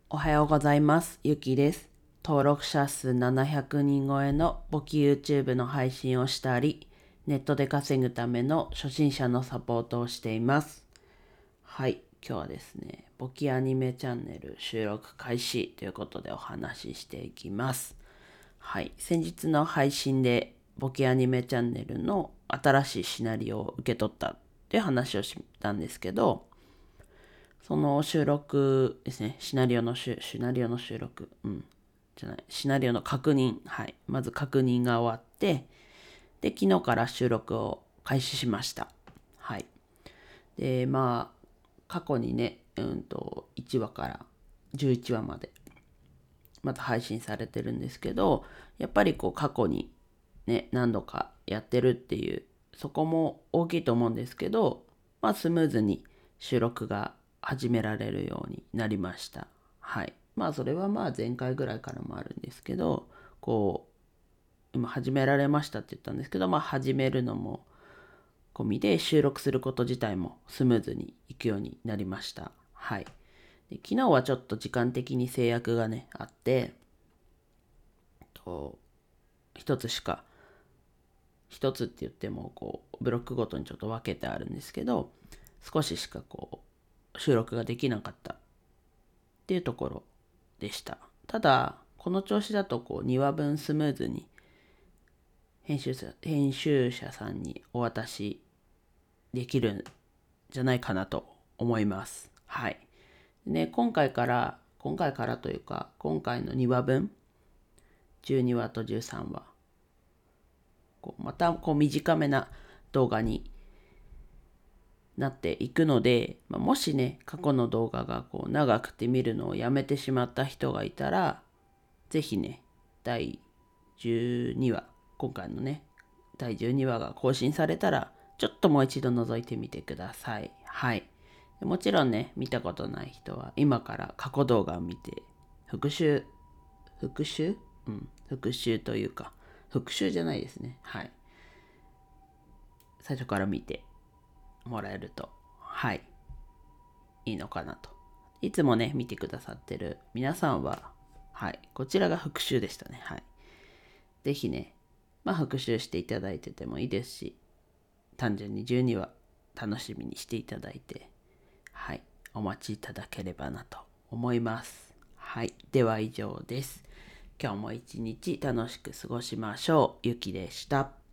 おはようございます。ゆきです。登録者数700人超えの簿記 YouTube の配信をしたり、ネットで稼ぐための初心者のサポートをしています。はい、今日はですね、簿記アニメチャンネル収録開始ということでお話ししていきます。はい、先日の配信で簿記アニメチャンネルの新しいシナリオを受け取ったっていう話をしたんですけど、その収録ですね、シナリオの収録、シナリオの確認、はい、まず確認が終わって、で、昨日から収録を開始しました。はい。で、過去にね、1話から11話まで、また配信されてるんですけど、やっぱり過去にね、何度かやってるっていう、そこも大きいと思うんですけど、スムーズに収録が始められるようになりました。はい。それは前回ぐらいからもあるんですけど、今始められましたって言ったんですけど、始めるのも込みで収録すること自体もスムーズにいくようになりました。はい。で、昨日はちょっと時間的に制約がね、あって、一つしか、一つって言ってもブロックごとにちょっと分けてあるんですけど、少ししか収録ができなかったっていうところでした。ただ、この調子だと2話分スムーズに編集者さんにお渡しできるんじゃないかなと思います。はい。ね、今回からというか、今回の2話分、12話と13話、また短めな動画になっていくので、もしね、過去の動画が長くて見るのをやめてしまった人がいたら、ぜひね、第12話、今回のね、第12話が更新されたら、ちょっともう一度覗いてみてください。はい。もちろんね、見たことない人は、今から過去動画を見て、復習というか、復習じゃないですね。はい。最初から見てもらえると、はい、いいのかなと。いつもね、見てくださってる皆さんは、はい、こちらが復習でしたね。はい。ぜひね、復習していただいててもいいですし、単純に12話楽しみにしていただいて、はい、お待ちいただければなと思います。はい、では以上です。今日も一日楽しく過ごしましょう。ゆきでした。